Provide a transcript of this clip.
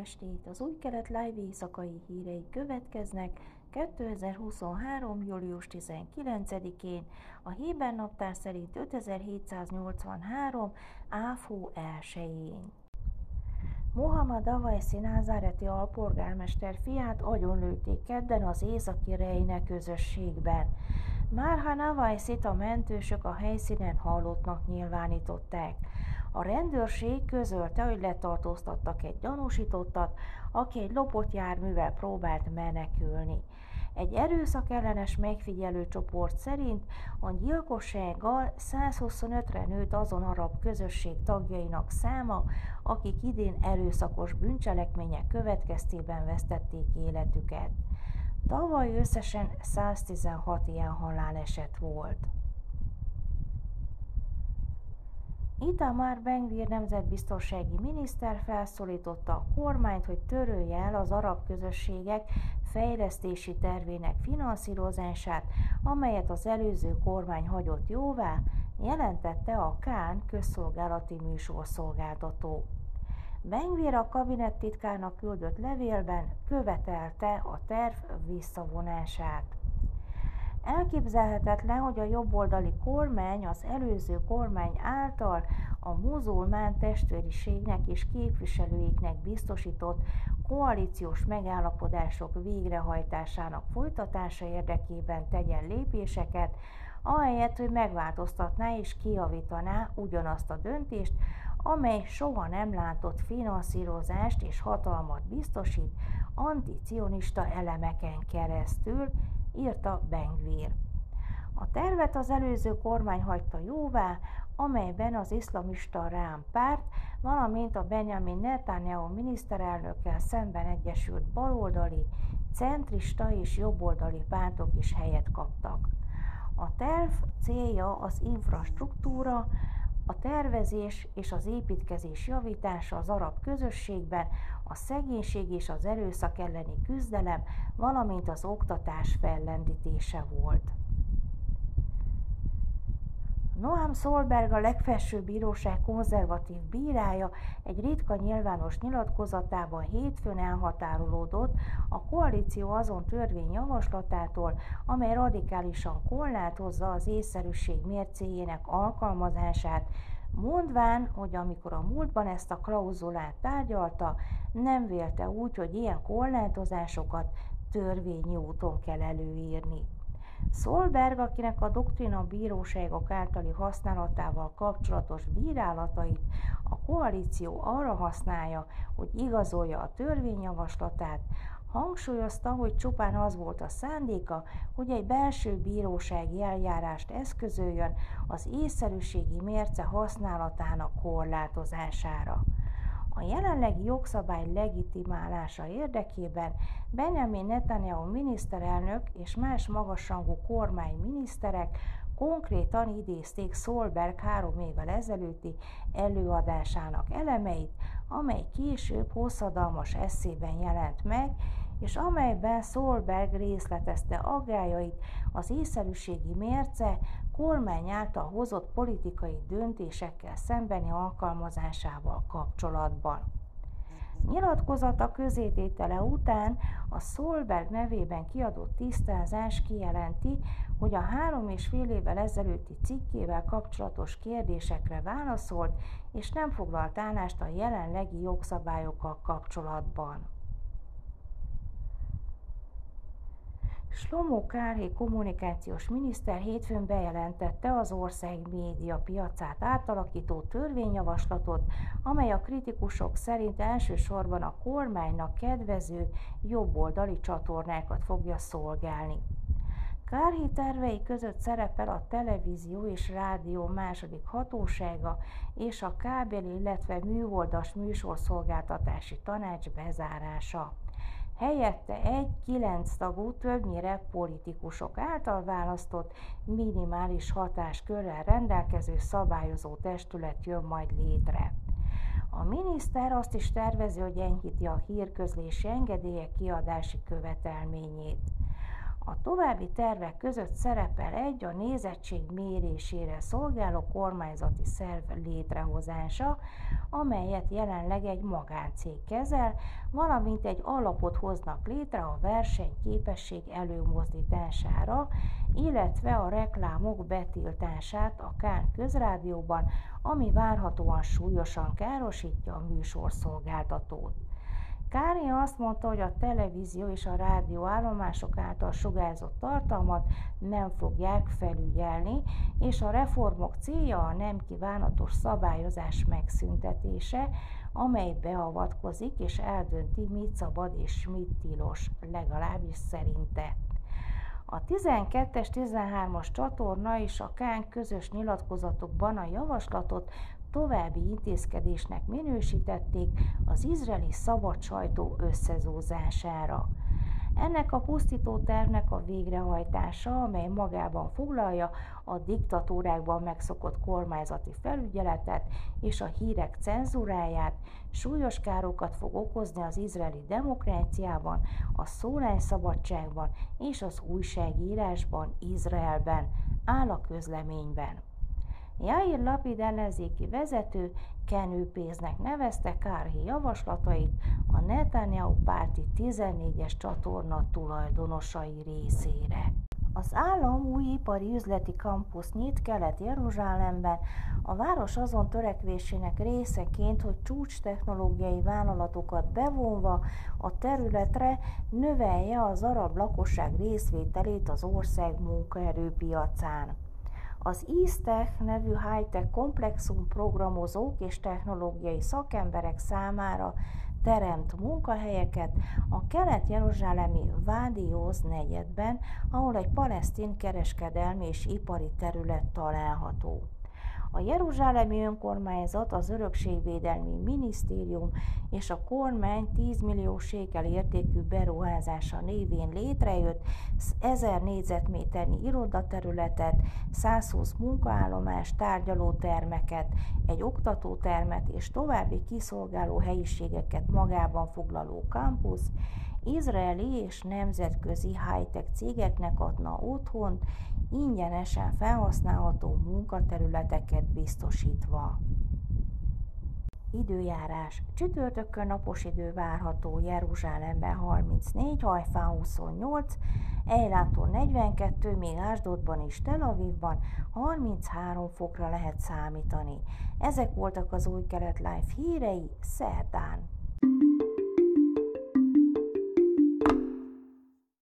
estét! Az Új Kelet Live éjszakai hírei következnek 2023. július 19-én, a héber naptár szerint 5783. áfó 1-én. Mohammad Avaisi názáreti alpolgármester fiát agyonlőtték kedden az északi Rejne közösségben. Marhan Avaisit a mentősök a helyszínen halottnak nyilvánították. A rendőrség közölte, hogy letartóztattak egy gyanúsítottat, aki egy lopott járművel próbált menekülni. Egy erőszakellenes megfigyelő csoport szerint a gyilkossággal 125-re nőtt azon arab közösség tagjainak száma, akik idén erőszakos bűncselekmények következtében vesztették életüket. Tavaly összesen 116 ilyen haláleset volt. Itamar Ben-Gvir nemzetbiztonsági miniszter felszólította a kormányt, hogy törölje el az arab közösségek fejlesztési tervének finanszírozását, amelyet az előző kormány hagyott jóvá, jelentette a Kán közszolgálati műsorszolgáltató. Ben-Gvir a kabinettitkának küldött levélben követelte a terv visszavonását. Elképzelhetetlen, hogy a jobboldali kormány az előző kormány által a muzulmán testvériségnek és képviselőiknek biztosított koalíciós megállapodások végrehajtásának folytatása érdekében tegyen lépéseket, ahelyett, hogy megváltoztatná és kijavítaná ugyanazt a döntést, amely soha nem látott finanszírozást és hatalmat biztosít anticionista elemeken keresztül, írta Ben-Gvir. A tervet az előző kormány hagyta jóvá, amelyben az iszlamista Rám párt, valamint a Benjamin Netanyahu miniszterelnökkel szemben egyesült baloldali, centrista és jobboldali pártok is helyet kaptak. A terv célja az infrastruktúra, a tervezés és az építkezés javítása az arab közösségben, a szegénység és az erőszak elleni küzdelem, valamint az oktatás fellendítése volt. Noam Solberg, a legfelsőbb bíróság konzervatív bírája egy ritka nyilvános nyilatkozatában hétfőn elhatárolódott a koalíció azon törvényjavaslatától, amely radikálisan korlátozza az észszerűség mércéjének alkalmazását, mondván, hogy amikor a múltban ezt a klauzulát tárgyalta, nem vélte úgy, hogy ilyen korlátozásokat törvényi úton kell előírni. Solberg, akinek a doktrina bíróságok általi használatával kapcsolatos bírálatait a koalíció arra használja, hogy igazolja a törvényjavaslatát, hangsúlyozta, hogy csupán az volt a szándéka, hogy egy belső bírósági eljárást eszközöljön az észszerűségi mérce használatának korlátozására. A jelenlegi jogszabály legitimálása érdekében Benjamin Netanyahu miniszterelnök és más magasrangú kormányminiszterek konkrétan idézték Solberg 3 évvel ezelőtti előadásának elemeit, amely később hosszadalmas esszében jelent meg, és amelyben Solberg részletezte aggályait az észszerűségi mérce kormány által hozott politikai döntésekkel szembeni alkalmazásával kapcsolatban. Nyilatkozata közététele után a Solberg nevében kiadott tisztázás kijelenti, hogy a 3,5 évvel ezelőtti cikkével kapcsolatos kérdésekre válaszolt, és nem foglalt állást a jelenlegi jogszabályokkal kapcsolatban. Shlomo Karhi kommunikációs miniszter hétfőn bejelentette az ország média piacát átalakító törvényjavaslatot, amely a kritikusok szerint elsősorban a kormánynak kedvező jobboldali csatornákat fogja szolgálni. Karhi tervei között szerepel a televízió és rádió második hatósága és a kábel, illetve műholdas műsorszolgáltatási tanács bezárása. Helyette egy 9 tagú, többnyire politikusok által választott, minimális hatáskörrel rendelkező szabályozó testület jön majd létre. A miniszter azt is tervezi, hogy enyhíti a hírközlési engedélyek kiadási követelményét. A további tervek között szerepel egy a nézettség mérésére szolgáló kormányzati szerv létrehozása, amelyet jelenleg egy magáncég kezel, valamint egy alapot hoznak létre a versenyképesség előmozdítására, illetve a reklámok betiltását a Kán közrádióban, ami várhatóan súlyosan károsítja a műsorszolgáltatót. Kári azt mondta, hogy a televízió és a rádió állomások által sugárzott tartalmat nem fogják felügyelni, és a reformok célja a nem kívánatos szabályozás megszüntetése, amely beavatkozik és eldönti, mit szabad és mit tilos, legalábbis szerinte. A 12-es, 13-as csatorna és a Kán közös nyilatkozatokban a javaslatot további intézkedésnek minősítették az izraeli szabad sajtó összezúzására. Ennek a pusztító tervnek a végrehajtása, amely magában foglalja a diktatúrákban megszokott kormányzati felügyeletet és a hírek cenzúráját, súlyos károkat fog okozni az izraeli demokráciában, a szólásszabadságban és az újságírásban Izraelben, áll a közleményben. Jair Lapid ellenzéki vezető kenőpénznek nevezte Karhi javaslatait a Netanyahu párti 14-es csatorna tulajdonosai részére. Az állam új ipari üzleti kampuszt nyit Kelet-Jeruzsálemben, a város azon törekvésének részeként, hogy csúcstechnológiai vállalatokat bevonva a területre növelje az arab lakosság részvételét az ország munkaerőpiacán. Az Eastech nevű high-tech komplexum programozók és technológiai szakemberek számára teremt munkahelyeket a kelet-jeruzsálemi Wadi Oz negyedben, ahol egy palesztin kereskedelmi és ipari terület található. A jeruzsálemi önkormányzat, az Örökségvédelmi Minisztérium és a kormány 10 millió sékel értékű beruházása névén létrejött 1000 négyzetméternyi irodaterületet, 120 munkaállomás, tárgyalótermeket, egy oktatótermet és további kiszolgáló helyiségeket magában foglaló kampusz izraeli és nemzetközi high-tech cégeknek adna otthont, ingyenesen felhasználható munkaterületeket biztosítva. Időjárás. Csütörtökön napos idő várható, Jeruzsálemben 34, Hajfán 28, Eiláton 42, még Ásdodban és Tel Avivban 33 fokra lehet számítani. Ezek voltak az Új Kelet Live hírei szerdán.